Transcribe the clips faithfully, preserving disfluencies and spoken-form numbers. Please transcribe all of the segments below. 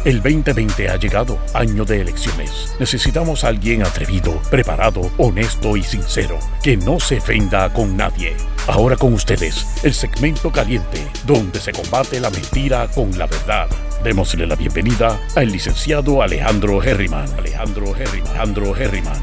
El veinte veinte ha llegado, año de elecciones. Necesitamos a alguien atrevido, preparado, honesto y sincero, que no se ofenda con nadie. Ahora con ustedes, el segmento caliente, donde se combate la mentira con la verdad. Démosle la bienvenida al licenciado Alejandro Herriman. Alejandro Herriman. Alejandro Herriman.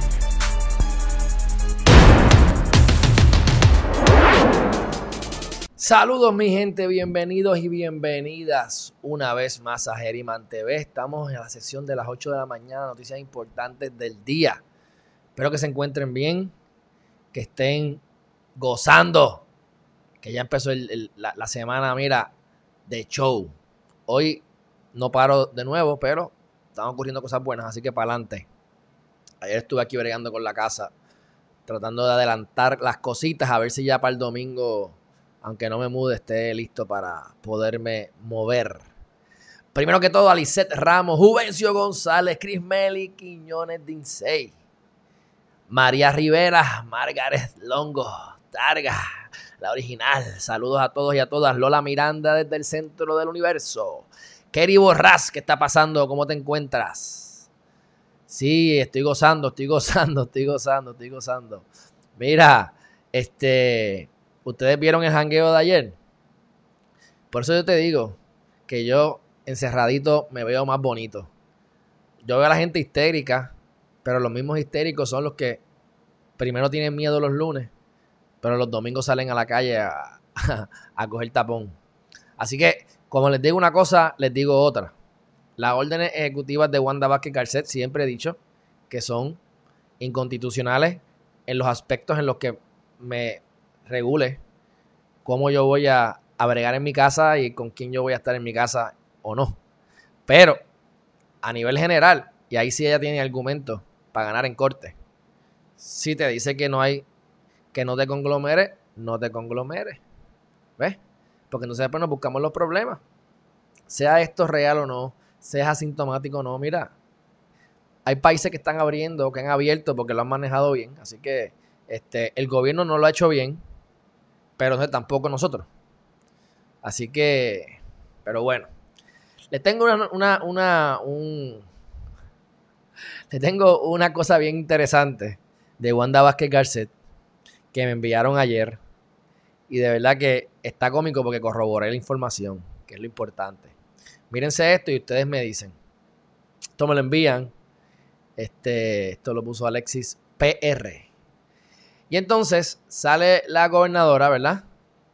Saludos mi gente, bienvenidos y bienvenidas una vez más a Herriman T V. Estamos en la sesión de las ocho de la mañana, noticias importantes del día. Espero que se encuentren bien, que estén gozando, que ya empezó el, el, la, la semana, mira, de show. Hoy no paro de nuevo, pero están ocurriendo cosas buenas, así que para adelante. Ayer estuve aquí bregando con la casa, tratando de adelantar las cositas, a ver si ya para el domingo, aunque no me mude, esté listo para poderme mover. Primero que todo, Alicet Ramos, Juvencio González, Chris Meli, Quiñones Dinsey, María Rivera, Margaret Longo, Targa, la original. Saludos a todos y a todas. Lola Miranda desde el centro del universo. Kerry Borrás, ¿qué está pasando? ¿Cómo te encuentras? Sí, estoy gozando, estoy gozando, estoy gozando, estoy gozando. Mira, este... ¿ustedes vieron el jangueo de ayer? Por eso yo te digo que yo encerradito me veo más bonito. Yo veo a la gente histérica, pero los mismos histéricos son los que primero tienen miedo los lunes, pero los domingos salen a la calle a, a, a coger tapón. Así que, como les digo una cosa, les digo otra. Las órdenes ejecutivas de Wanda Vázquez Garcet siempre he dicho que son inconstitucionales en los aspectos en los que me regule cómo yo voy a, a bregar en mi casa y con quién yo voy a estar en mi casa o no. Pero a nivel general, y ahí sí ella tiene argumentos para ganar en corte, si te dice que no hay, que no te conglomeres, no te conglomeres. ¿Ves? Porque entonces después nos buscamos los problemas. Sea esto real o no, sea asintomático o no, mira, hay países que están abriendo, que han abierto porque lo han manejado bien. Así que este, el gobierno no lo ha hecho bien, pero no, tampoco nosotros. Así que, pero bueno. Le tengo una, una, una, un, le tengo una cosa bien interesante de Wanda Vázquez Garcet que me enviaron ayer. Y de verdad que está cómico porque corroboré la información, que es lo importante. Mírense esto y ustedes me dicen. Esto me lo envían. Este, esto lo puso Alexis P R. Y entonces sale la gobernadora, ¿verdad?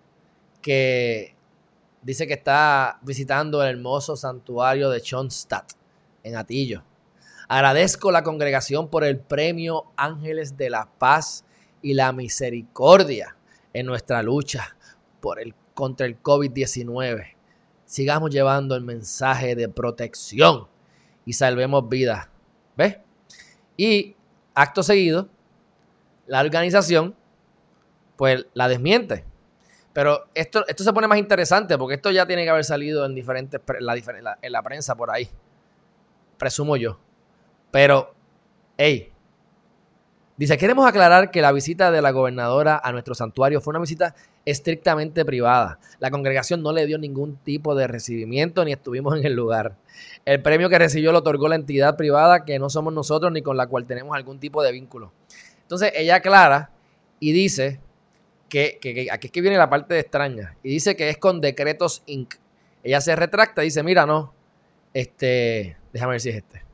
Que dice que está visitando el hermoso santuario de Schoenstatt, en Atillo. Agradezco la congregación por el premio Ángeles de la Paz y la Misericordia en nuestra lucha por el, contra el COVID diecinueve. Sigamos llevando el mensaje de protección y salvemos vidas. ¿Ves? Y acto seguido, la organización, pues, la desmiente. Pero esto, esto se pone más interesante porque esto ya tiene que haber salido en diferentes la, la, en la prensa por ahí. Presumo yo. Pero, hey, dice, queremos aclarar que la visita de la gobernadora a nuestro santuario fue una visita estrictamente privada. La congregación no le dio ningún tipo de recibimiento ni estuvimos en el lugar. El premio que recibió lo otorgó la entidad privada que no somos nosotros ni con la cual tenemos algún tipo de vínculo. Entonces ella aclara y dice que, que, que aquí es que viene la parte extraña, y dice que es con Decretos incorporated. Ella se retracta y dice, mira, no, este, déjame ver si es este.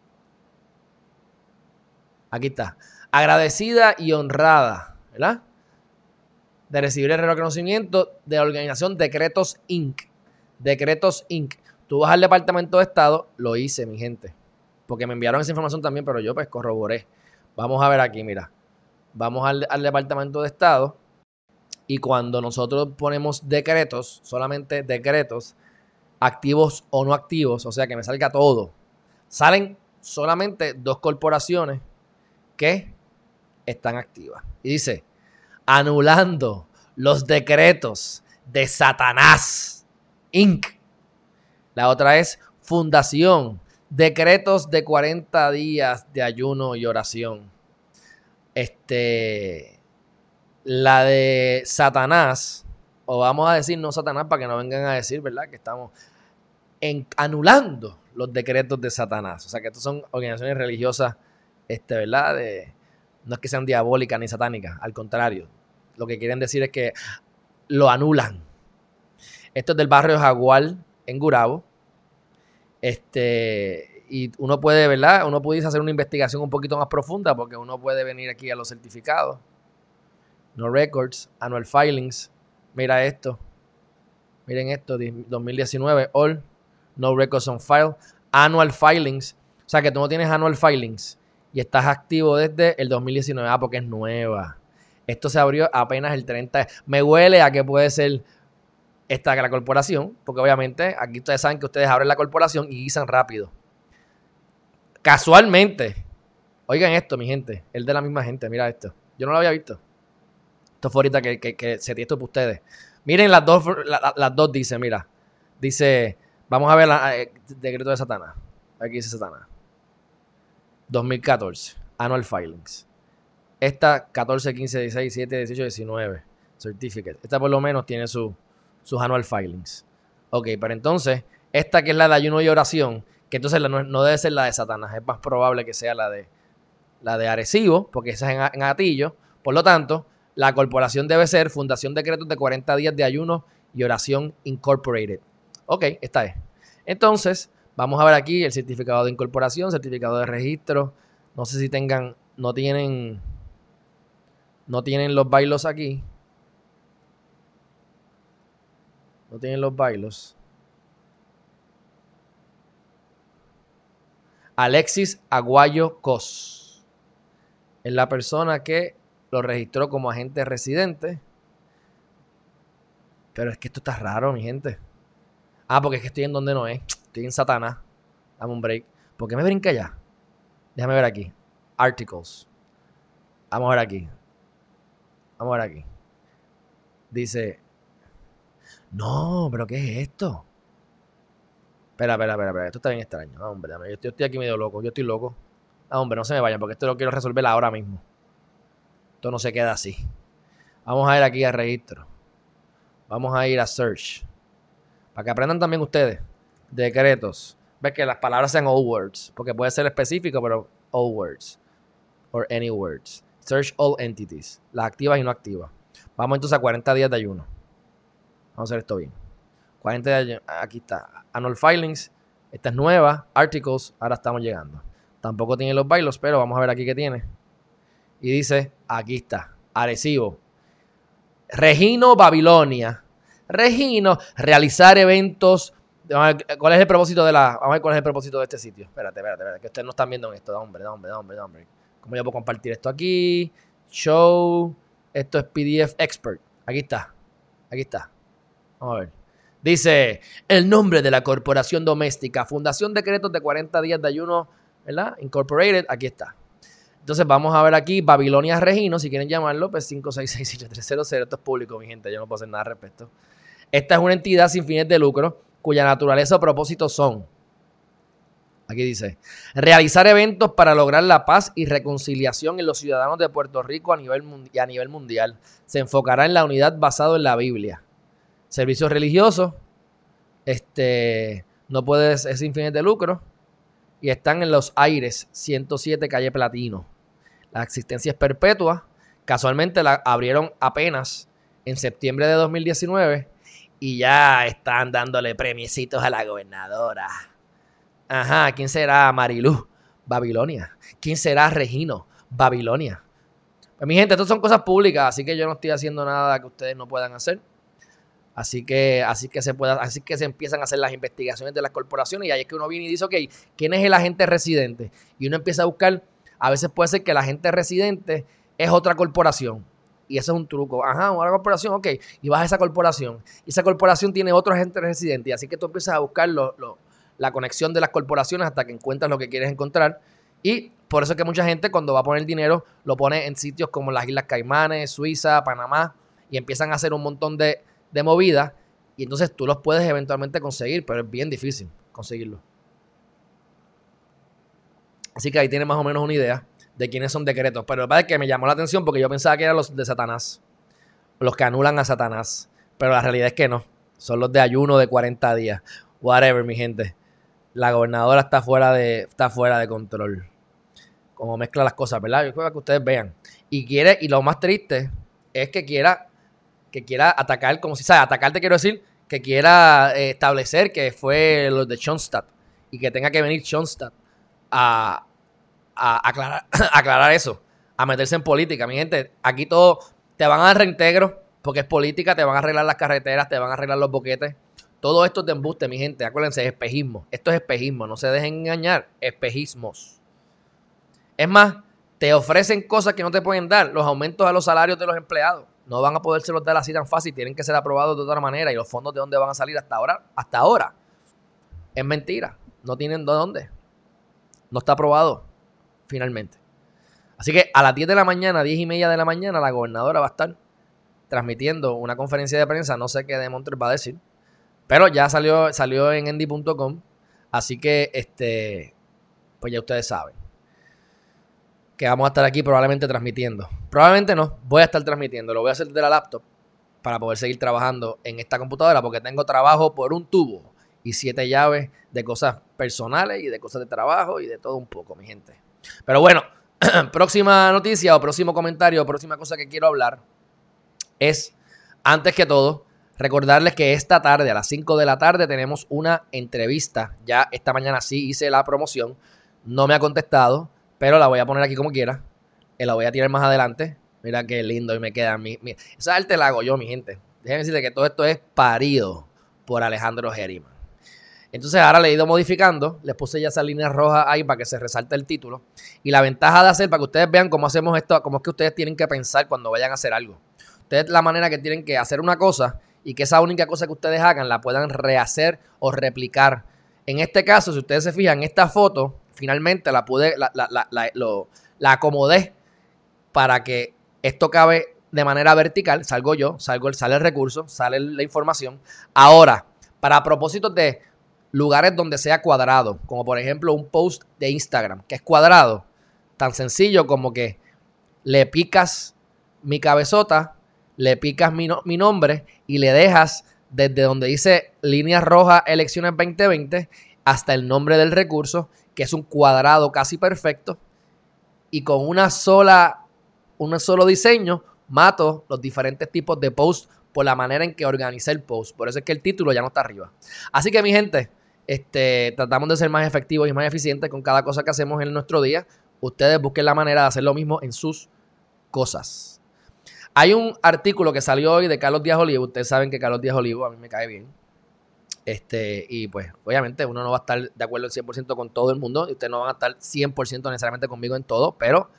Aquí está. Agradecida y honrada, ¿verdad? De recibir el reconocimiento de la organización Decretos incorporated. Decretos incorporated. Tú vas al Departamento de Estado, lo hice, mi gente, porque me enviaron esa información también, pero yo pues corroboré. Vamos a ver aquí, mira. Vamos al, al Departamento de Estado y cuando nosotros ponemos decretos, solamente decretos, activos o no activos, o sea que me salga todo, salen solamente dos corporaciones que están activas. Y dice, anulando los decretos de Satanás incorporated. La otra es Fundación, decretos de cuarenta días de ayuno y oración. Este, la de Satanás, o vamos a decir no Satanás para que no vengan a decir, ¿verdad? Que estamos, en, anulando los decretos de Satanás. O sea, que estos son organizaciones religiosas, este, ¿verdad? De, no es que sean diabólicas ni satánicas, al contrario. Lo que quieren decir es que lo anulan. Esto es del barrio Jaguar en Gurabo. Este, y uno puede, ¿verdad? Uno puede hacer una investigación un poquito más profunda porque uno puede venir aquí a los certificados. No records, annual filings. Mira esto. Miren esto, dos mil diecinueve, all, no records on file, annual filings. O sea que tú no tienes annual filings y estás activo desde el dos mil diecinueve. Ah, porque es nueva. Esto se abrió apenas el treinta. Me huele a que puede ser esta la corporación, porque obviamente aquí ustedes saben que ustedes abren la corporación y guisan rápido. Casualmente, oigan esto, mi gente, el de la misma gente, mira esto. Yo no lo había visto. Esto fue ahorita que, que, que se esto para ustedes. Miren las dos, la, las dos dice, mira. Dice, vamos a ver el decreto de Satanás. Aquí dice Satanás. dos mil catorce, annual filings. Esta catorce, quince, dieciséis, diecisiete, dieciocho, diecinueve. Certificate. Esta por lo menos tiene su, sus annual filings. Ok, pero entonces, esta que es la de ayuno y oración, que entonces no, no debe ser la de Satanás. Es más probable que sea la de, la de Arecibo, porque esa es en, en Atillo. Por lo tanto, la corporación debe ser Fundación Decretos de cuarenta días de ayuno y oración Incorporated. Ok, esta es. Entonces, vamos a ver aquí el certificado de incorporación, certificado de registro. No sé si tengan, no tienen, no tienen los bailos aquí. No tienen los bailos. Alexis Aguayo Cos es la persona que lo registró como agente residente. Pero es que esto está raro, mi gente. Ah, porque es que estoy en donde no es. Estoy en Satanás. Dame un break. ¿Por qué me brinca ya? Déjame ver aquí. Articles. Vamos a ver aquí. Vamos a ver aquí. Dice... No, pero ¿qué es esto? Espera, espera, espera, espera. Esto está bien extraño. No, hombre, yo estoy, yo estoy aquí medio loco. Yo estoy loco. Ah, hombre, no se me vayan porque esto lo quiero resolver ahora mismo. Esto no se queda así. Vamos a ir aquí a registro. Vamos a ir a search. Para que aprendan también ustedes. Decretos. Ves que las palabras sean all words. Porque puede ser específico, pero all words. Or any words. Search all entities. Las activas y no activas. Vamos entonces a cuarenta días de ayuno. Vamos a hacer esto bien. cuarenta días de ayuno. Aquí está. Annual filings. Esta es nueva. Articles. Ahora estamos llegando. Tampoco tiene los bailos, pero vamos a ver aquí qué tiene. Y dice, aquí está. Arecibo. Regino, Babilonia. Regino, realizar eventos. ¿Cuál es el propósito de la? Vamos a ver cuál es el propósito de este sitio. Espérate, espérate, espérate. Que ustedes no están viendo en esto. Da hombre, da hombre, da hombre, da hombre. ¿Cómo yo puedo compartir esto aquí? Show. Esto es P D F Expert. Aquí está. Aquí está. Vamos a ver. Dice, el nombre de la corporación doméstica, Fundación Decretos de cuarenta días de ayuno, ¿verdad? Incorporated, aquí está. Entonces vamos a ver aquí, Babilonia Regino, si quieren llamarlo, pues cinco seis seis, siete tres cero cero. Esto es público, mi gente, yo no puedo hacer nada al respecto. Esta es una entidad sin fines de lucro, cuya naturaleza o propósito son, aquí dice, realizar eventos para lograr la paz y reconciliación en los ciudadanos de Puerto Rico a nivel, y a nivel mundial. Se enfocará en la unidad basado en la Biblia. Servicios religiosos, este, no puede ser sin fines de lucro, y están en Los Aires, ciento siete, calle Platino. La existencia es perpetua. Casualmente la abrieron apenas en septiembre de dos mil diecinueve y ya están dándole premiecitos a la gobernadora. Ajá, ¿quién será Marilú? Babilonia. ¿Quién será Regino? Babilonia. Pues mi gente, estas son cosas públicas, así que yo no estoy haciendo nada que ustedes no puedan hacer. Así que, así que se pueda, así que se empiezan a hacer las investigaciones de las corporaciones y ahí es que uno viene y dice, ok, ¿quién es el agente residente? Y uno empieza a buscar, a veces puede ser que el agente residente es otra corporación. Y eso es un truco. Ajá, una corporación, ok. Y vas a esa corporación. Y esa corporación tiene otro agente residente. Así que tú empiezas a buscar lo, lo, la conexión de las corporaciones hasta que encuentras lo que quieres encontrar. Y por eso es que mucha gente cuando va a poner dinero lo pone en sitios como las Islas Caimanes, Suiza, Panamá. Y empiezan a hacer un montón de... de movida, y entonces tú los puedes eventualmente conseguir, pero es bien difícil conseguirlo. Así que ahí tienes más o menos una idea de quiénes son decretos. Pero la verdad es que me llamó la atención porque yo pensaba que eran los de Satanás, los que anulan a Satanás, pero la realidad es que no, son los de ayuno de cuarenta días. whatever, mi gente. La gobernadora está fuera de, está fuera de control. Como mezcla las cosas, ¿verdad? Yo creo que ustedes vean. Y quiere, y lo más triste es que quiera, que quiera atacar, como si, ¿sabes? Atacar te quiero decir, que quiera eh, establecer que fue los de Schoenstatt y que tenga que venir Schoenstatt a, a aclarar, a aclarar eso, a meterse en política. Mi gente, aquí todo, te van a dar reintegro porque es política, te van a arreglar las carreteras, te van a arreglar los boquetes. Todo esto es de embuste, mi gente. Acuérdense, es espejismo. Esto es espejismo, no se dejen engañar. Espejismos. Es más, te ofrecen cosas que no te pueden dar. Los aumentos a los salarios de los empleados. No van a podérselos dar así tan fácil. Tienen que ser aprobados de otra manera. Y los fondos de dónde van a salir hasta ahora. Hasta ahora. Es mentira. No tienen de dónde. No está aprobado. Finalmente. Así que a las diez de la mañana, diez y media de la mañana, la gobernadora va a estar transmitiendo una conferencia de prensa. No sé qué de Monter va a decir. Pero ya salió, salió en endy punto com. Así que, este, pues ya ustedes saben que vamos a estar aquí probablemente transmitiendo. Probablemente no, voy a estar transmitiendo. Lo voy a hacer desde la laptop para poder seguir trabajando en esta computadora porque tengo trabajo por un tubo y siete llaves de cosas personales y de cosas de trabajo y de todo un poco, mi gente. Pero bueno, próxima noticia o próximo comentario o próxima cosa que quiero hablar es, antes que todo, recordarles que esta tarde, a las cinco de la tarde, tenemos una entrevista. Ya esta mañana sí hice la promoción. No me ha contestado, pero la voy a poner aquí como quiera. Y la voy a tirar más adelante. Mira qué lindo y me queda. Mi, mi, esa arte la hago yo, mi gente. Déjenme decirles que todo esto es parido por Alejandro Herriman. Entonces ahora le he ido modificando. Les puse ya esas líneas rojas ahí para que se resalte el título. Y la ventaja de hacer, para que ustedes vean cómo hacemos esto, cómo es que ustedes tienen que pensar cuando vayan a hacer algo. Ustedes la manera que tienen que hacer una cosa y que esa única cosa que ustedes hagan la puedan rehacer o replicar. En este caso, si ustedes se fijan, esta foto finalmente la pude, la, la, la, la, lo, la acomodé para que esto cabe de manera vertical. Salgo yo, salgo, sale el recurso, sale la información. Ahora, para propósitos de lugares donde sea cuadrado, como por ejemplo un post de Instagram, que es cuadrado, tan sencillo como que le picas mi cabezota, le picas mi, no, mi nombre y le dejas desde donde dice líneas rojas elecciones veinte veinte hasta el nombre del recurso, que es un cuadrado casi perfecto, y con una sola, un solo diseño mato los diferentes tipos de posts por la manera en que organicé el post. Por eso es que el título ya no está arriba. Así que mi gente, este, tratamos de ser más efectivos y más eficientes con cada cosa que hacemos en nuestro día. Ustedes busquen la manera de hacer lo mismo en sus cosas. Hay un artículo que salió hoy de Carlos Díaz Olivo. Ustedes saben que Carlos Díaz Olivo a mí me cae bien. Este, y pues, obviamente, uno no va a estar de acuerdo al cien por ciento con todo el mundo. Y ustedes no van a estar cien por ciento necesariamente conmigo en todo. Pero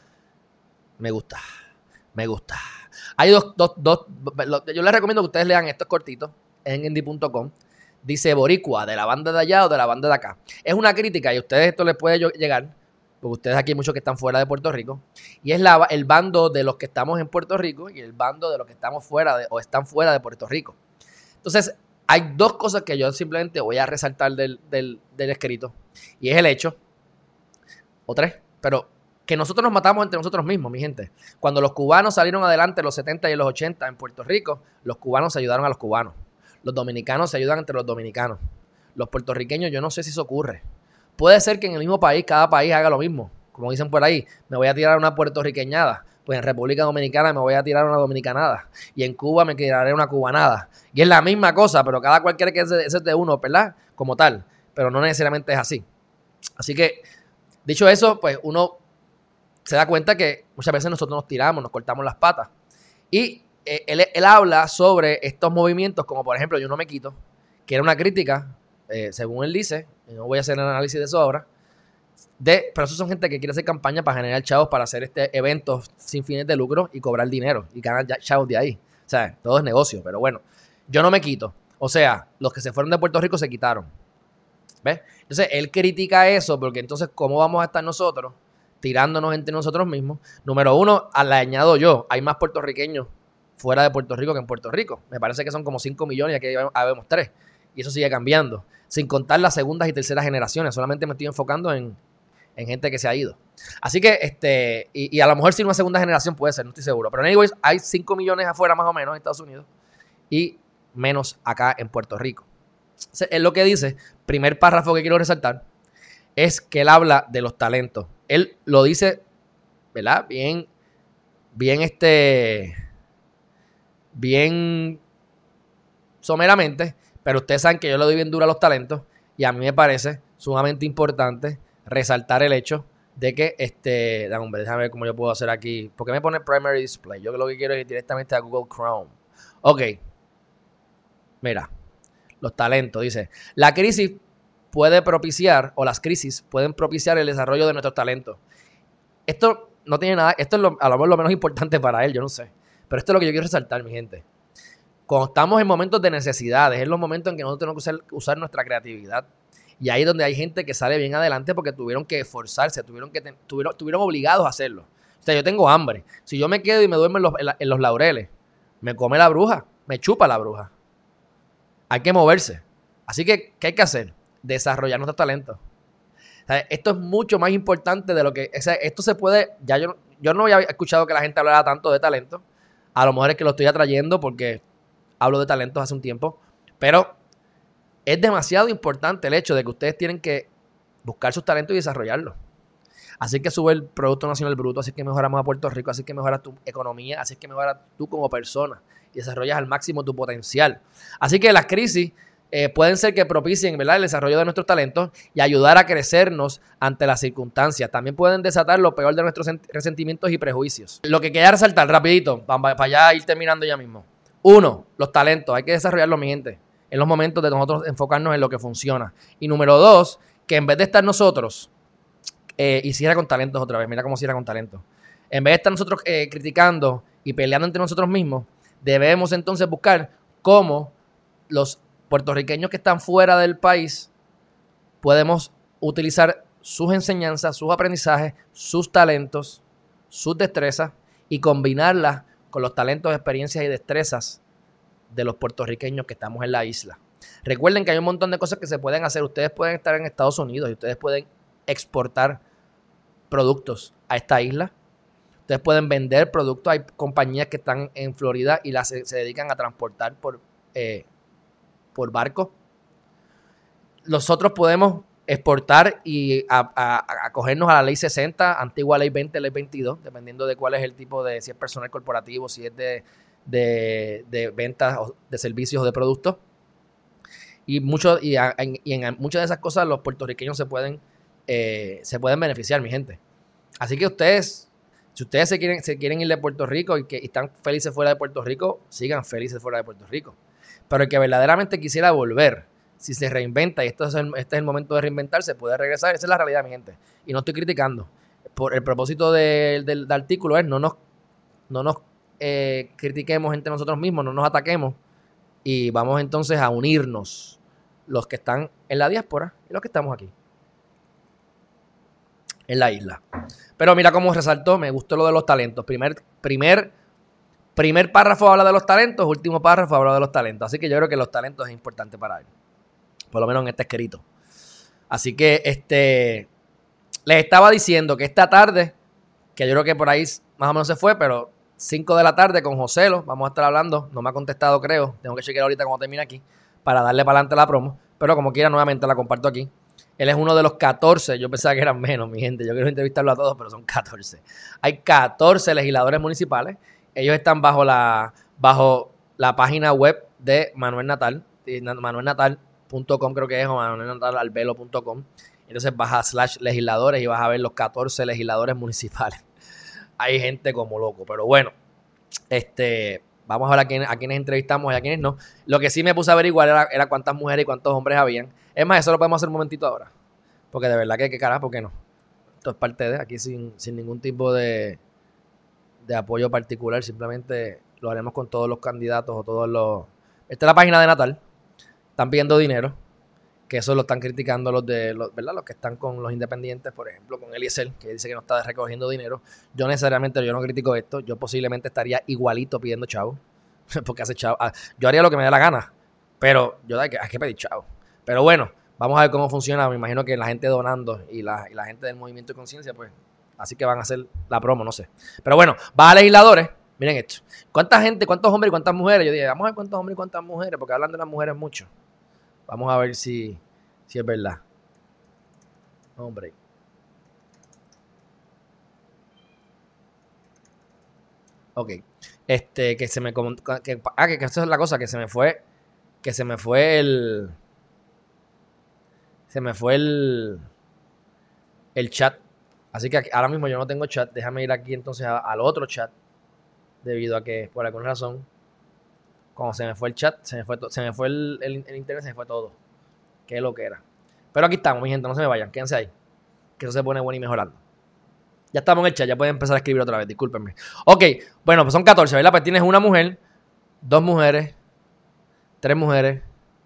me gusta. Me gusta. Hay dos, dos, dos. Yo les recomiendo que ustedes lean estos cortitos en endy punto com. Dice boricua, de la banda de allá o de la banda de acá. Es una crítica y a ustedes esto les puede llegar, porque ustedes aquí hay muchos que están fuera de Puerto Rico, y es la, el bando de los que estamos en Puerto Rico y el bando de los que estamos fuera de, o están fuera de Puerto Rico. Entonces, hay dos cosas que yo simplemente voy a resaltar del, del, del escrito, y es el hecho, o tres, pero que nosotros nos matamos entre nosotros mismos, mi gente. Cuando los cubanos salieron adelante en los setenta y en los ochenta en Puerto Rico, los cubanos ayudaron a los cubanos. Los dominicanos se ayudan entre los dominicanos. Los puertorriqueños, yo no sé si eso ocurre. Puede ser que en el mismo país, cada país haga lo mismo. Como dicen por ahí, me voy a tirar una puertorriqueñada. Pues en República Dominicana me voy a tirar una dominicanada. Y en Cuba me tiraré una cubanada. Y es la misma cosa, pero cada cual quiere que ese es de uno, ¿verdad? Como tal. Pero no necesariamente es así. Así que, dicho eso, pues uno se da cuenta que muchas veces nosotros nos tiramos, nos cortamos las patas. Y eh, él, él habla sobre estos movimientos, como por ejemplo Yo No Me Quito, que era una crítica, eh, según él dice, y no voy a hacer el análisis de eso ahora, de, pero eso son gente que quiere hacer campaña para generar chavos, para hacer este eventos sin fines de lucro y cobrar dinero y ganar chavos de ahí. O sea, todo es negocio, pero bueno, yo no me quito. O sea, los que se fueron de Puerto Rico se quitaron. ¿Ves? Entonces, él critica eso porque entonces, ¿cómo vamos a estar nosotros tirándonos entre nosotros mismos? Número uno, le añado yo, hay más puertorriqueños fuera de Puerto Rico que en Puerto Rico. Me parece que son como cinco millones y aquí habemos tres. Y eso sigue cambiando. Sin contar las segundas y terceras generaciones. Solamente me estoy enfocando en, en gente que se ha ido. Así que, este, y, y a lo mejor si una segunda generación puede ser, no estoy seguro. Pero anyways, hay cinco millones afuera más o menos en Estados Unidos y menos acá en Puerto Rico. Es lo que dice, primer párrafo que quiero resaltar, es que él habla de los talentos. Él lo dice, ¿verdad? Bien, bien este, bien someramente, pero ustedes saben que yo le doy bien duro a los talentos y a mí me parece sumamente importante resaltar el hecho de que, este, da, hombre, déjame ver cómo yo puedo hacer aquí. ¿Por qué me pone Primary Display? Yo lo que quiero es ir directamente a Google Chrome. Ok. Mira, los talentos, dice. La crisis puede propiciar, o las crisis pueden propiciar el desarrollo de nuestros talentos. Esto no tiene nada, esto es lo, a lo mejor lo menos importante para él, yo no sé. Pero esto es lo que yo quiero resaltar, mi gente. Cuando estamos en momentos de necesidades, es los momentos en que nosotros tenemos que usar, usar nuestra creatividad. Y ahí es donde hay gente que sale bien adelante porque tuvieron que esforzarse, tuvieron que tuvieron, tuvieron obligados a hacerlo. O sea, yo tengo hambre. Si yo me quedo y me duermo en los, en, la, en los laureles, me come la bruja, me chupa la bruja. Hay que moverse. Así que, ¿qué hay que hacer? Desarrollar nuestros talentos. O sea, esto es mucho más importante de lo que... O sea, esto se puede... Ya yo, yo no había escuchado que la gente hablara tanto de talento. A lo mejor es que lo estoy atrayendo porque hablo de talentos hace un tiempo. Pero es demasiado importante el hecho de que ustedes tienen que buscar sus talentos y desarrollarlos. Así que sube el Producto Nacional Bruto, así que mejoramos a Puerto Rico, así que mejoras tu economía, así que mejoras tú como persona y desarrollas al máximo tu potencial. Así que las crisis eh, pueden ser que propicien, ¿verdad?, el desarrollo de nuestros talentos y ayudar a crecernos ante las circunstancias. También pueden desatar lo peor de nuestros resentimientos y prejuicios. Lo que quería resaltar rapidito, para, para ya ir terminando ya mismo. Uno, los talentos. Hay que desarrollarlos, mi gente, en los momentos de nosotros enfocarnos en lo que funciona. Y número dos, que en vez de estar nosotros, eh, y cierra con talentos otra vez, mira cómo cierra con talentos. En vez de estar nosotros eh, criticando y peleando entre nosotros mismos, debemos entonces buscar cómo los puertorriqueños que están fuera del país podemos utilizar sus enseñanzas, sus aprendizajes, sus talentos, sus destrezas y combinarlas con los talentos, experiencias y destrezas de los puertorriqueños que estamos en la isla. Recuerden que hay un montón de cosas que se pueden hacer. Ustedes pueden estar en Estados Unidos y ustedes pueden exportar productos a esta isla. Ustedes pueden vender productos. Hay compañías que están en Florida y las, se, se dedican a transportar por, eh, por barco. Nosotros podemos exportar y a, a, a acogernos a la ley sesenta, antigua ley veinte, ley veintidós, dependiendo de cuál es el tipo de, si es personal corporativo, si es de, de, de ventas de servicios o de productos. Y, mucho, y, a, en, y en muchas de esas cosas los puertorriqueños se pueden, eh, se pueden beneficiar, mi gente. Así que ustedes, si ustedes se quieren, se quieren ir de Puerto Rico y que y están felices fuera de Puerto Rico, sigan felices fuera de Puerto Rico. Pero el que verdaderamente quisiera volver, si se reinventa y esto es el, este es el momento de reinventarse, puede regresar. Esa es la realidad, mi gente. Y no estoy criticando. Por el propósito de, del, del artículo es no nos, no nos eh, critiquemos entre nosotros mismos, no nos ataquemos y vamos entonces a unirnos los que están en la diáspora y los que estamos aquí en la isla. Pero mira cómo resaltó, me gustó lo de los talentos. Primer, primer, primer párrafo habla de los talentos, último párrafo habla de los talentos. Así que yo creo que los talentos es importante para él. Por lo menos en este escrito. Así que este les estaba diciendo que esta tarde, que yo creo que por ahí más o menos se fue, pero cinco de la tarde con Joselo, vamos a estar hablando. No me ha contestado, creo. Tengo que chequear ahorita cuando termine aquí para darle para adelante la promo. Pero como quiera, nuevamente la comparto aquí. Él es uno de los catorce, yo pensaba que eran menos, mi gente. Yo quiero entrevistarlo a todos, pero son catorce. Hay catorce legisladores municipales. Ellos están bajo la, bajo la página web de Manuel Natal, Manuel Natal punto com creo que es, o manuel natal albelo punto com. Entonces vas a slash legisladores y vas a ver los catorce legisladores municipales. Hay gente como loco, pero bueno, este, vamos a ver a quiénes, a quiénes entrevistamos y a quiénes no. Lo que sí me puse a averiguar era, era cuántas mujeres y cuántos hombres habían. Es más, eso lo podemos hacer un momentito ahora, porque de verdad que, que carajo, ¿por qué no? Esto es parte de aquí sin, sin ningún tipo de, de apoyo particular, simplemente lo haremos con todos los candidatos o todos los... Esta es la página de Natal. Están pidiendo dinero, que eso lo están criticando los de los, ¿verdad? Los que están con los independientes, por ejemplo, con Eliezer, que dice que no está recogiendo dinero. Yo necesariamente, yo no critico esto, yo posiblemente estaría igualito pidiendo chavo, porque hace chavo. Yo haría lo que me dé la gana, pero yo hay que, hay que pedir chavo. Pero bueno, vamos a ver cómo funciona. Me imagino que la gente donando y la, y la gente del Movimiento de Conciencia, pues, así que van a hacer la promo, no sé. Pero bueno, va a legisladores. Miren esto. ¿Cuánta gente, cuántos hombres y cuántas mujeres? Yo dije, vamos a ver cuántos hombres y cuántas mujeres, porque hablan de las mujeres mucho. Vamos a ver si, si es verdad. Hombre. Ok. Este, que se me... Que, ah, que, que esa es la cosa, que se me fue... Que se me fue el... Se me fue el... El chat. Así que ahora mismo yo no tengo chat. Déjame ir aquí entonces a, al otro chat. Debido a que, por alguna razón, cuando se me fue el chat, se me fue, se me fue el, el, el internet, se me fue todo. Qué lo que era. Pero aquí estamos, mi gente, no se me vayan. Quédense ahí. Que eso se pone bueno y mejorando. Ya estamos en el chat, ya pueden empezar a escribir otra vez, discúlpenme. Ok, bueno, pues son catorce, ¿verdad? Pues tienes una mujer, dos mujeres, tres mujeres,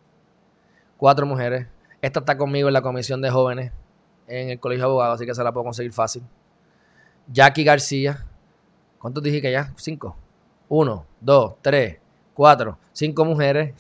cuatro mujeres. Esta está conmigo en la comisión de jóvenes en el colegio de abogados, así que se la puedo conseguir fácil. Jackie García. ¿Cuántos dije que ya? Cinco. Uno, dos, tres, cuatro, cinco mujeres.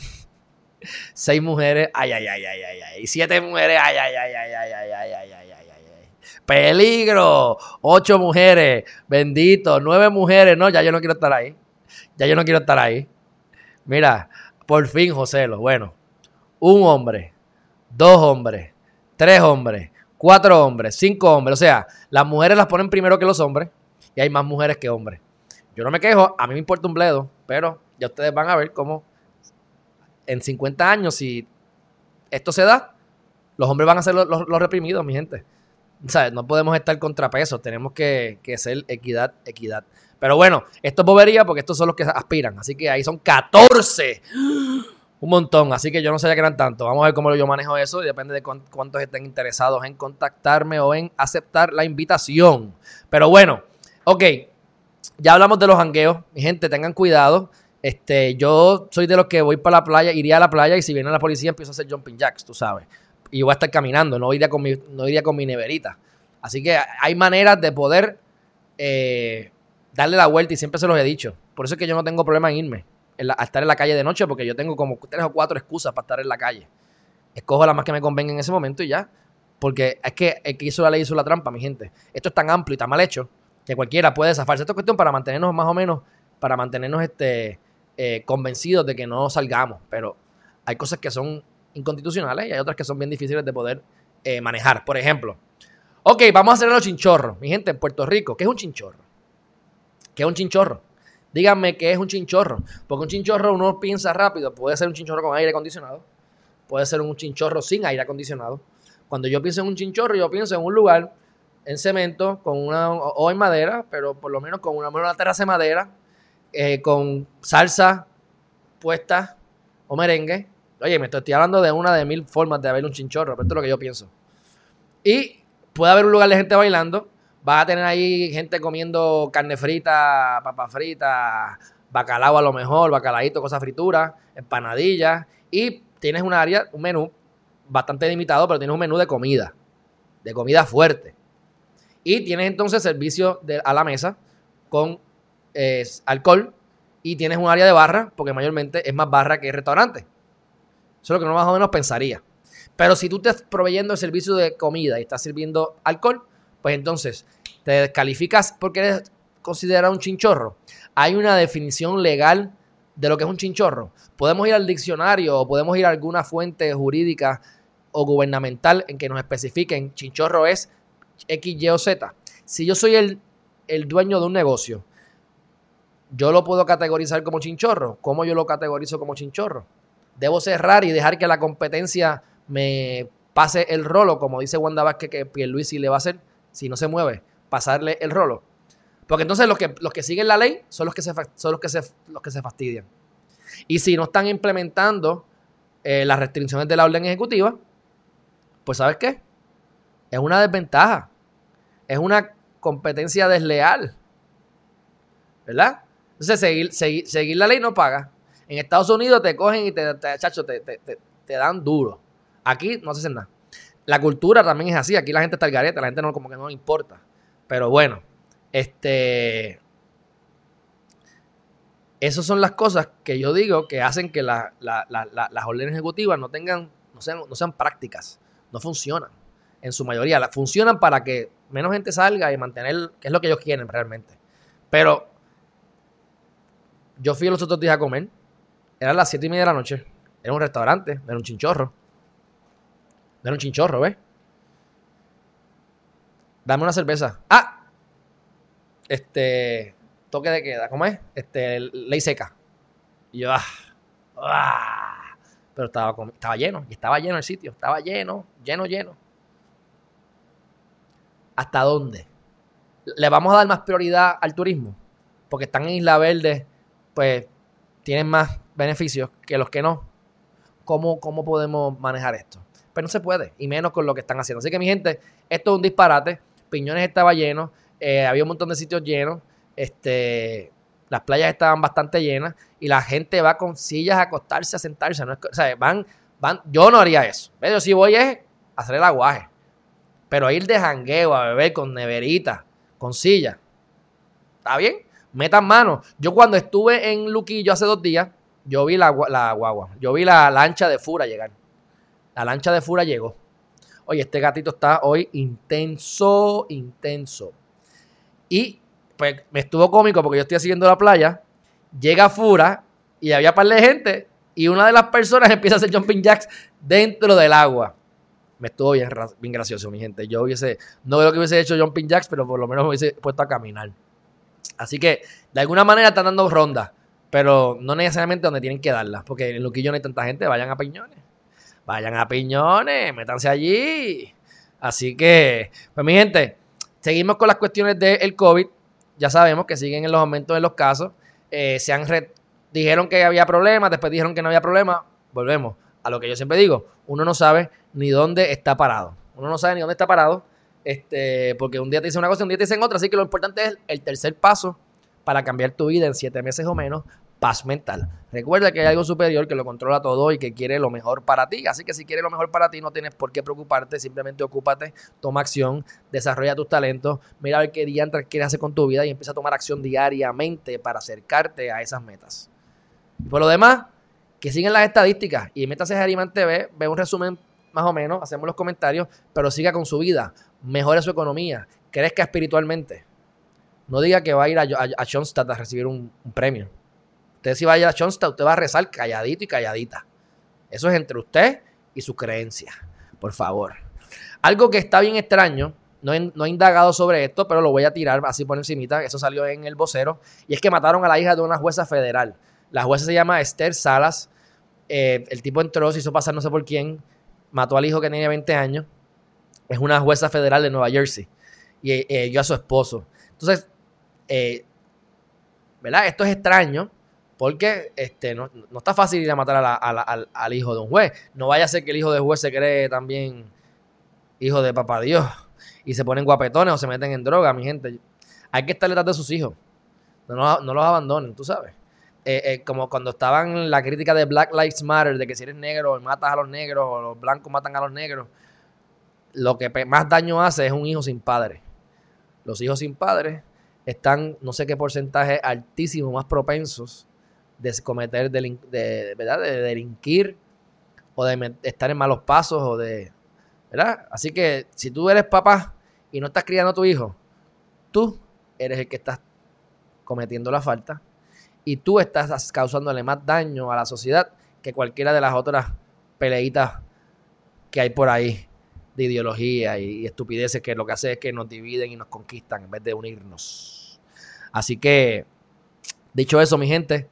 Seis mujeres. Ay, ay, ay, ay, ay, ay. Y siete mujeres. Ay, ay, ay, ay, ay, ay, ay, ay, ay, ay, ay. Peligro. Ocho mujeres. Bendito. Nueve mujeres. No, ya yo no quiero estar ahí. Ya yo no quiero estar ahí. Mira, por fin, Joselo. Bueno, un hombre, dos hombres, tres hombres, cuatro hombres, cinco hombres. O sea, las mujeres las ponen primero que los hombres. Y hay más mujeres que hombres. Yo no me quejo, a mí me importa un bledo, pero ya ustedes van a ver cómo en cincuenta años, si esto se da, los hombres van a ser los, los, los reprimidos, mi gente. O sea, no podemos estar contrapesos, tenemos que, que ser equidad, equidad. Pero bueno, esto es bobería porque estos son los que aspiran, así que ahí son catorce. Un montón, así que yo no sabía que eran tantos. Vamos a ver cómo yo manejo eso y depende de cuántos estén interesados en contactarme o en aceptar la invitación. Pero bueno, ok, ya hablamos de los jangueos. Mi gente, tengan cuidado. Este, yo soy de los que voy para la playa, iría a la playa y si viene la policía empiezo a hacer jumping jacks, tú sabes. Y voy a estar caminando, no iría con mi, no iría con mi neverita. Así que hay maneras de poder eh, darle la vuelta y siempre se los he dicho. Por eso es que yo no tengo problema en irme en la, a estar en la calle de noche porque yo tengo como tres o cuatro excusas para estar en la calle. Escojo la más que me convenga en ese momento y ya. Porque es que el que hizo la ley hizo la trampa, mi gente. Esto es tan amplio y tan mal hecho que cualquiera puede zafarse. Esto es cuestión para mantenernos más o menos, para mantenernos este, eh, convencidos de que no salgamos. Pero hay cosas que son inconstitucionales y hay otras que son bien difíciles de poder eh, manejar. Por ejemplo, ok, vamos a hacer los chinchorros. Mi gente, en Puerto Rico, ¿qué es un chinchorro? ¿Qué es un chinchorro? Díganme qué es un chinchorro. Porque un chinchorro uno piensa rápido. Puede ser un chinchorro con aire acondicionado. Puede ser un chinchorro sin aire acondicionado. Cuando yo pienso en un chinchorro, yo pienso en un lugar en cemento, con una, o en madera, pero por lo menos con una, una terraza de madera, eh, con salsa puesta o merengue. Oye, me estoy hablando de una de mil formas de haber un chinchorro, pero esto es lo que yo pienso. Y puede haber un lugar de gente bailando, vas a tener ahí gente comiendo carne frita, papa frita, bacalao a lo mejor, bacalaíto, cosas frituras, empanadillas, y tienes un área, un menú bastante limitado, pero tienes un menú de comida, de comida fuerte. Y tienes entonces servicio de, a la mesa con eh, alcohol y tienes un área de barra, porque mayormente es más barra que restaurante. Eso es lo que uno más o menos pensaría. Pero si tú estás proveyendo el servicio de comida y estás sirviendo alcohol, pues entonces te descalificas porque eres considerado un chinchorro. Hay una definición legal de lo que es un chinchorro. Podemos ir al diccionario o podemos ir a alguna fuente jurídica o gubernamental en que nos especifiquen chinchorro es X, Y o Z. Si yo soy el, el dueño de un negocio, yo lo puedo categorizar como chinchorro. ¿Cómo yo lo categorizo como chinchorro? Debo cerrar y dejar que la competencia me pase el rolo, como dice Wanda Vázquez que Pierluisi le va a hacer si no se mueve, pasarle el rolo. Porque entonces los que, los que siguen la ley son los que se, son los que se, los que se fastidian. Y si no están implementando eh, las restricciones de la orden ejecutiva, pues ¿sabes qué? Es una desventaja. Es una competencia desleal. ¿Verdad? Entonces, seguir, seguir, seguir la ley no paga. En Estados Unidos te cogen y te, te, chacho, te, te, te, te dan duro. Aquí no se hace nada. La cultura también es así. Aquí la gente está al garete. La gente no, como que no le importa. Pero bueno, este... esas son las cosas que yo digo que hacen que la, la, la, la, las órdenes ejecutivas no tengan, no sean, no sean prácticas. No funcionan. En su mayoría. La, funcionan para que menos gente salga y mantener, que es lo que ellos quieren realmente. Pero yo fui los otros días a comer. Eran las siete y media de la noche. Era un restaurante. Era un chinchorro. No era un chinchorro, ¿ves? Dame una cerveza. ¡Ah! Este... Toque de queda. ¿Cómo es? Este... Ley seca. Y yo... ¡Ah! ¡Ah! Pero estaba, estaba lleno. Y estaba lleno el sitio. Estaba lleno. Lleno, lleno. ¿Hasta dónde? ¿Le vamos a dar más prioridad al turismo? Porque están en Isla Verde, pues tienen más beneficios que los que no. ¿Cómo, cómo podemos manejar esto? Pero no se puede, y menos con lo que están haciendo. Así que, mi gente, esto es un disparate. Piñones estaba lleno, eh, había un montón de sitios llenos, este, las playas estaban bastante llenas, y la gente va con sillas a acostarse, a sentarse. No es, o sea, van, van, yo no haría eso. Yo sí voy es a hacer el aguaje. Pero ir de jangueo a beber con neverita, con silla, ¿está bien? Metan mano. Yo cuando estuve en Luquillo hace dos días, yo vi la, la guagua, yo vi la lancha de Fura llegar. La lancha de Fura llegó. Oye, este gatito está hoy intenso, intenso. Y pues me estuvo cómico porque yo estoy siguiendo la playa, llega Fura y había un par de gente y una de las personas empieza a hacer jumping jacks dentro del agua. Me estuvo bien, bien gracioso, mi gente. Yo hubiese, no creo que hubiese hecho jumping jacks, pero por lo menos me hubiese puesto a caminar. Así que, de alguna manera están dando rondas, pero no necesariamente donde tienen que darlas, porque en Luquillo no hay tanta gente. Vayan a Piñones. Vayan a Piñones, métanse allí. Así que, pues mi gente, seguimos con las cuestiones del COVID. Ya sabemos que siguen en los aumentos de los casos. Eh, se han re- dijeron que había problemas, después dijeron que no había problemas. Volvemos a lo que yo siempre digo. Uno no sabe ni dónde está parado. Uno no sabe ni dónde está parado. Este, porque un día te dicen una cosa, un día te dicen otra. Así que lo importante es el tercer paso para cambiar tu vida en siete meses o menos. Paz mental. Recuerda que hay algo superior que lo controla todo y que quiere lo mejor para ti. Así que si quieres lo mejor para ti, no tienes por qué preocuparte. Simplemente ocúpate, toma acción, desarrolla tus talentos, mira a ver qué diantres quieres hacer con tu vida y empieza a tomar acción diariamente para acercarte a esas metas. Y por lo demás, que sigan las estadísticas y métase a Geriman T V, ve un resumen más o menos, hacemos los comentarios, pero siga con su vida, mejore su economía, crezca espiritualmente. No diga que va a ir a, a, a Schoenstatt a recibir un, un premio. Usted si va a ir a Schoenstatt, usted va a rezar calladito y calladita. Eso es entre usted y su creencia. Por favor. Algo que está bien extraño, no he, no he indagado sobre esto, pero lo voy a tirar así por encimita. Eso salió en El Vocero. Y es que mataron a la hija de una jueza federal. La jueza se llama Esther Salas. Eh, el tipo entró, se hizo pasar no sé por quién. Mató al hijo que tenía veinte años. Es una jueza federal de Nueva Jersey. Y eh, yo a su esposo. Entonces, eh, ¿verdad? Esto es extraño. Porque este, no, no está fácil ir a matar a la, a la, al, al hijo de un juez. No vaya a ser que el hijo del juez se cree también hijo de papá Dios y se ponen guapetones o se meten en droga, mi gente. Hay que estar detrás de sus hijos. No, no, no los abandonen, tú sabes. Eh, eh, como cuando estaban la crítica de Black Lives Matter, de que si eres negro matas a los negros o los blancos matan a los negros. Lo que más daño hace es un hijo sin padre. Los hijos sin padre están, no sé qué porcentaje altísimo, más propensos de cometer, delin- de, ¿verdad? de delinquir o de estar en malos pasos o de, ¿verdad? Así que si tú eres papá y no estás criando a tu hijo, tú eres el que estás cometiendo la falta y tú estás causándole más daño a la sociedad que cualquiera de las otras peleitas que hay por ahí de ideología y, y estupideces que lo que hace es que nos dividen y nos conquistan en vez de unirnos. Así que, dicho eso, mi gente,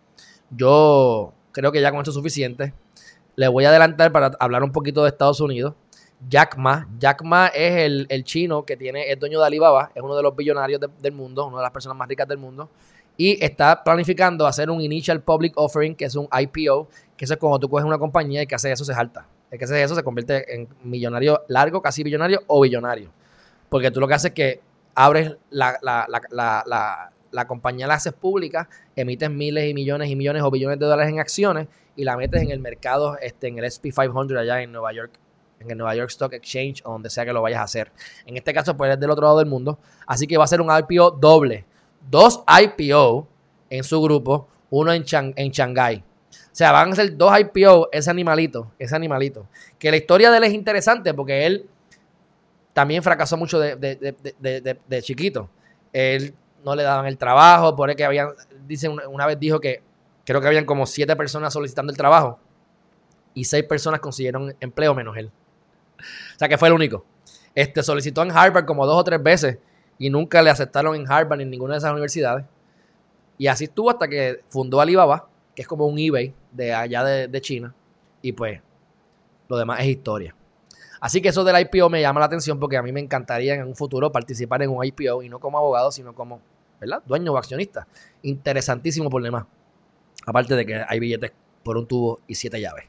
yo creo que ya con esto es suficiente. Les voy a adelantar para hablar un poquito de Estados Unidos. Jack Ma. Jack Ma es el, el chino que tiene, es dueño de Alibaba, es uno de los billonarios de, del mundo, una de las personas más ricas del mundo, y está planificando hacer un Initial Public Offering, que es un I P O, que eso es cuando tú coges una compañía y que hace eso se jalta. El que hace eso se convierte en millonario largo, casi billonario o billonario. Porque tú lo que haces es que abres la, la, la, la, la la compañía la haces pública, emites miles y millones y millones o billones de dólares en acciones y la metes en el mercado, este, en el S and P quinientos allá en Nueva York, en el Nueva York Stock Exchange o donde sea que lo vayas a hacer. En este caso, pues es del otro lado del mundo. Así que va a ser un I P O doble. Dos I P O en su grupo, uno en, Chang- en Shanghái. O sea, van a ser dos I P O, ese animalito, ese animalito. Que la historia de él es interesante porque él también fracasó mucho de, de, de, de, de, de chiquito. Él no le daban el trabajo, por el que habían, dicen, una, una vez dijo que creo que habían como siete personas solicitando el trabajo y seis personas consiguieron empleo menos él. O sea, que fue el único. Este, solicitó en Harvard como dos o tres veces y nunca le aceptaron en Harvard ni en ninguna de esas universidades. Y así estuvo hasta que fundó Alibaba, que es como un eBay de allá de, de China. Y pues, lo demás es historia. Así que eso del I P O me llama la atención porque a mí me encantaría en un futuro participar en un I P O y no como abogado, sino como, ¿verdad?, dueño o accionista. Interesantísimo por demás. Aparte de que hay billetes por un tubo y siete llaves.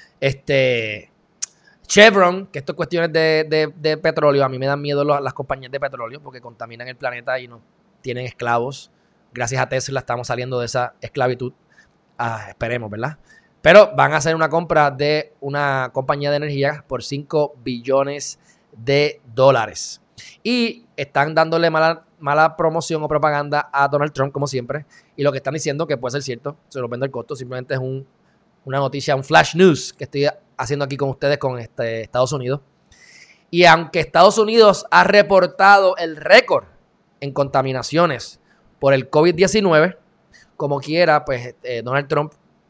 Este, Chevron, que esto es cuestiones de, de, de petróleo. A mí me dan miedo los, las compañías de petróleo porque contaminan el planeta y no tienen esclavos. Gracias a Tesla estamos saliendo de esa esclavitud. Ah, esperemos, ¿verdad? Pero van a hacer una compra de una compañía de energía por cinco billones de dólares. Y están dándole mala, mala promoción o propaganda a Donald Trump, como siempre. Y lo que están diciendo, que puede ser cierto, se lo vende el costo, simplemente es un, una noticia, un flash news que estoy haciendo aquí con ustedes con este, Estados Unidos. Y aunque Estados Unidos ha reportado el récord en contaminaciones por el COVID diecinueve, como quiera, pues eh, Donald Trump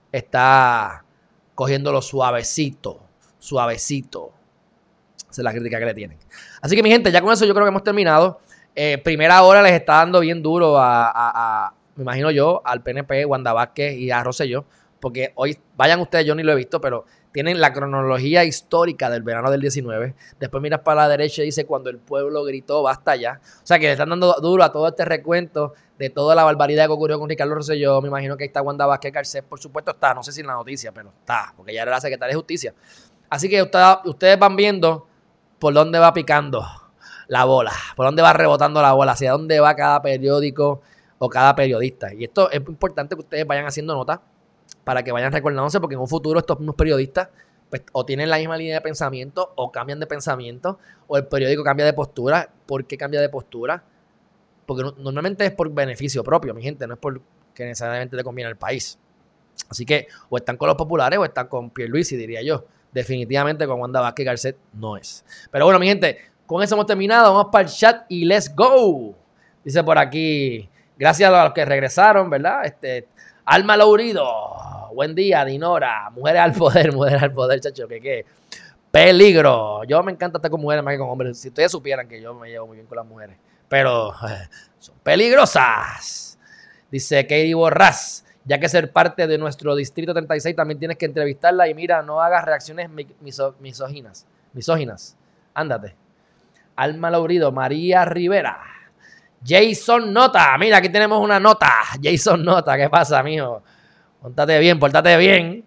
está cogiéndolo suavecito, suavecito. Esa es la crítica que le tienen. Así que, mi gente, ya con eso yo creo que hemos terminado. Eh, primera hora les está dando bien duro a, a, a, me imagino yo, al P N P, Wanda Vázquez y a Rosselló, porque hoy, vayan ustedes, yo ni lo he visto, pero tienen la cronología histórica del verano del diecinueve. Después miras para la derecha y dice cuando el pueblo gritó, basta ya. O sea, que le están dando duro a todo este recuento de toda la barbaridad que ocurrió con Ricardo Rosselló. Me imagino que ahí está Wanda Vázquez Garcés, por supuesto está, no sé si en la noticia, pero está, porque ella era la secretaria de Justicia. Así que usted, ustedes van viendo por dónde va picando la bola, por dónde va rebotando la bola, hacia dónde va cada periódico o cada periodista. Y esto es importante que ustedes vayan haciendo nota para que vayan recordándose, porque en un futuro estos mismos periodistas pues, o tienen la misma línea de pensamiento o cambian de pensamiento, o el periódico cambia de postura. ¿Por qué cambia de postura? Porque no, normalmente es por beneficio propio, mi gente, no es porque necesariamente le conviene al país. Así que o están con los populares o están con Pierluisi, diría yo. Definitivamente con Wanda Vázquez Garcet no es. Pero bueno, mi gente, con eso hemos terminado. Vamos para el chat y let's go. Dice por aquí, gracias a los que regresaron, ¿verdad? Este, Alma Lourido, buen día, Dinora, mujeres al poder, mujeres al poder, chacho, que qué. Peligro. Yo me encanta estar con mujeres más que con hombres. Si ustedes supieran que yo me llevo muy bien con las mujeres. Pero eh, son peligrosas. Dice Katie Borrás, ya que ser parte de nuestro distrito treinta y seis también tienes que entrevistarla y mira, no hagas reacciones miso, misóginas. Misóginas. Ándate. Alma Lourido, María Rivera. Jason Nota, mira, aquí tenemos una nota. Jason Nota, ¿qué pasa, mijo? Póntate bien, pórtate bien.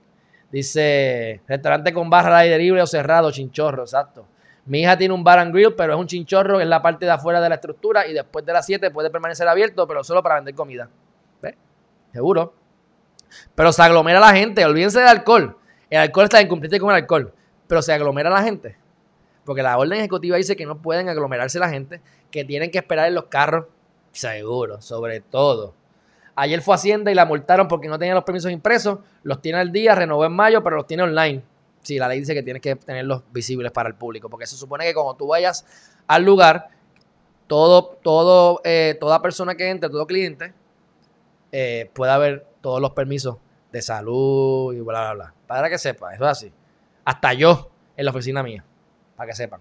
Dice, restaurante con barra al aire libre o cerrado, chinchorro, exacto. Mi hija tiene un bar and grill, pero es un chinchorro en la parte de afuera de la estructura y después de las siete puede permanecer abierto, pero solo para vender comida. ¿Ves? Seguro. Pero se aglomera la gente, olvídense del alcohol. El alcohol está en cumplirte con el alcohol, pero se aglomera la gente. Porque la orden ejecutiva dice que no pueden aglomerarse la gente, que tienen que esperar en los carros. Seguro, sobre todo. Ayer fue a Hacienda y la multaron porque no tenía los permisos impresos. Los tiene al día, renovó en mayo, pero los tiene online. Sí, la ley dice que tienes que tenerlos visibles para el público. Porque se supone que cuando tú vayas al lugar, todo, todo, eh, toda persona que entre, todo cliente, eh, pueda ver todos los permisos de salud y bla, bla, bla. Para que sepa, eso es así. Hasta yo en la oficina mía. Para que sepan.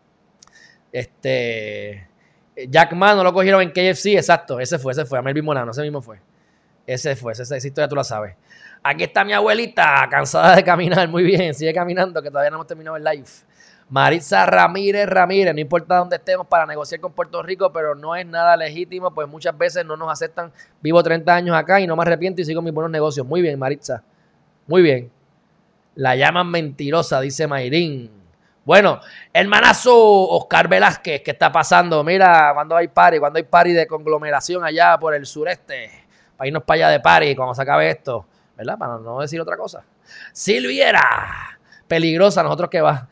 Este. Jack Ma no lo cogieron en K F C, exacto. Ese fue, ese fue. A Melvin Monano, ese mismo fue. Ese fue, ese, esa historia tú la sabes. Aquí está mi abuelita, cansada de caminar. Muy bien, sigue caminando, que todavía no hemos terminado el live. Maritza Ramírez Ramírez, no importa dónde estemos para negociar con Puerto Rico, pero no es nada legítimo, pues muchas veces no nos aceptan. Vivo treinta años acá y no me arrepiento y sigo mis buenos negocios. Muy bien, Maritza. Muy bien. La llaman mentirosa, dice Mayrín. Bueno, hermanazo Oscar Velázquez, ¿qué está pasando? Mira, cuando hay party, cuando hay party de conglomeración allá por el sureste, para irnos para allá de party cuando se acabe esto, ¿verdad? Para no decir otra cosa. Silviera, peligrosa, nosotros que va.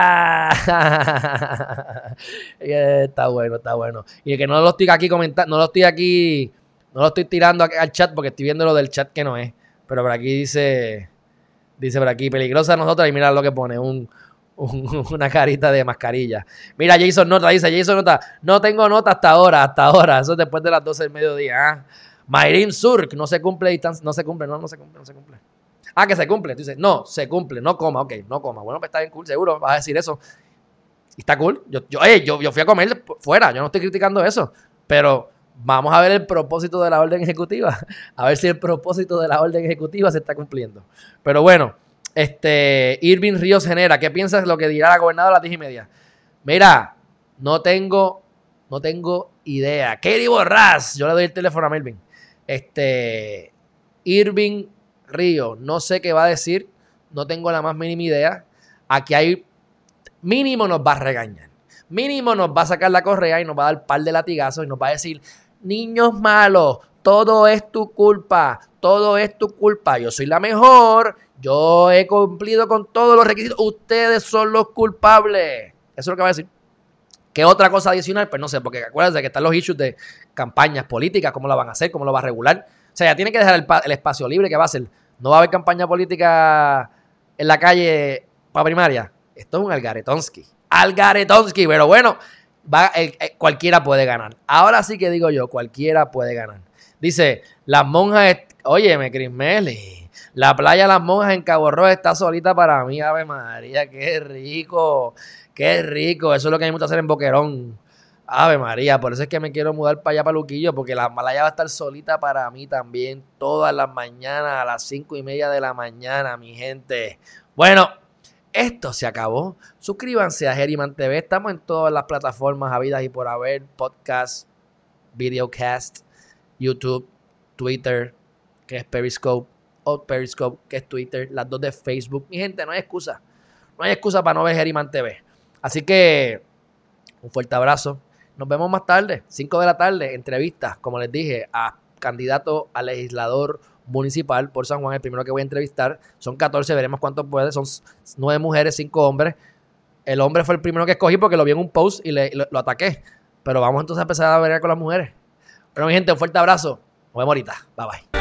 Ah, está bueno, está bueno. Y que no lo estoy aquí comentando, no lo estoy aquí, no lo estoy tirando al chat porque estoy viendo lo del chat que no es. Pero por aquí dice, dice por aquí, peligrosa nosotros y mira lo que pone, un... una carita de mascarilla. Mira, Jason Nota, dice Jason Nota, no tengo nota hasta ahora, hasta ahora, eso es después de las doce del mediodía. ¿eh? Mayrin Surk, no se cumple distancia, no se cumple, no, no se cumple, no se cumple. Ah, que se cumple, tú dices, no, se cumple, no coma, ok, no coma. Bueno, pues está bien cool, seguro, vas a decir eso. Y está cool. Yo, yo, hey, yo, yo fui a comer fuera, yo no estoy criticando eso, pero vamos a ver el propósito de la orden ejecutiva, a ver si el propósito de la orden ejecutiva se está cumpliendo. Pero bueno, este Irving Ríos Genera, ¿qué piensas de lo que dirá la gobernadora a las diez y media? Mira, no tengo, no tengo idea. Katie Borrás, yo le doy el teléfono a Melvin. Este, Irving Ríos, no sé qué va a decir, no tengo la más mínima idea. Aquí hay, mínimo nos va a regañar, mínimo nos va a sacar la correa y nos va a dar un par de latigazos y nos va a decir, niños malos, todo es tu culpa, todo es tu culpa, yo soy la mejor, yo he cumplido con todos los requisitos, ustedes son los culpables. Eso es lo que va a decir. ¿Qué otra cosa adicional? Pues no sé, porque acuérdense que están los issues de campañas políticas, cómo lo van a hacer, cómo lo va a regular. O sea, ya tiene que dejar el, el espacio libre que va a hacer. No va a haber campaña política en la calle para primaria. Esto es un algaretonsky. Algaretonsky, pero bueno, va, el, el, cualquiera puede ganar. Ahora sí que digo yo, cualquiera puede ganar. Dice, las monjas, óyeme, Chris Meli, la playa de las monjas en Cabo Rojo está solita para mí. Ave María, qué rico, qué rico. Eso es lo que hay mucho hacer en Boquerón. Ave María, por eso es que me quiero mudar para allá, para Luquillo, porque la playa va a estar solita para mí también, todas las mañanas, a las cinco y media de la mañana, mi gente. Bueno, esto se acabó. Suscríbanse a Geriman T V. Estamos en todas las plataformas habidas y por haber. Podcast, videocast, YouTube, Twitter, que es Periscope, o Periscope, que es Twitter, las dos de Facebook. Mi gente, no hay excusa. No hay excusa para no ver Geriman T V. Así que, un fuerte abrazo. Nos vemos más tarde, cinco de la tarde, entrevistas, como les dije, a candidato a legislador municipal por San Juan, el primero que voy a entrevistar. Son catorce, veremos cuántos puede. Son nueve mujeres, cinco hombres. El hombre fue el primero que escogí porque lo vi en un post y le, lo, lo ataqué. Pero vamos entonces a empezar a ver con las mujeres. Bueno, mi gente, un fuerte abrazo. Nos vemos ahorita. Bye, bye.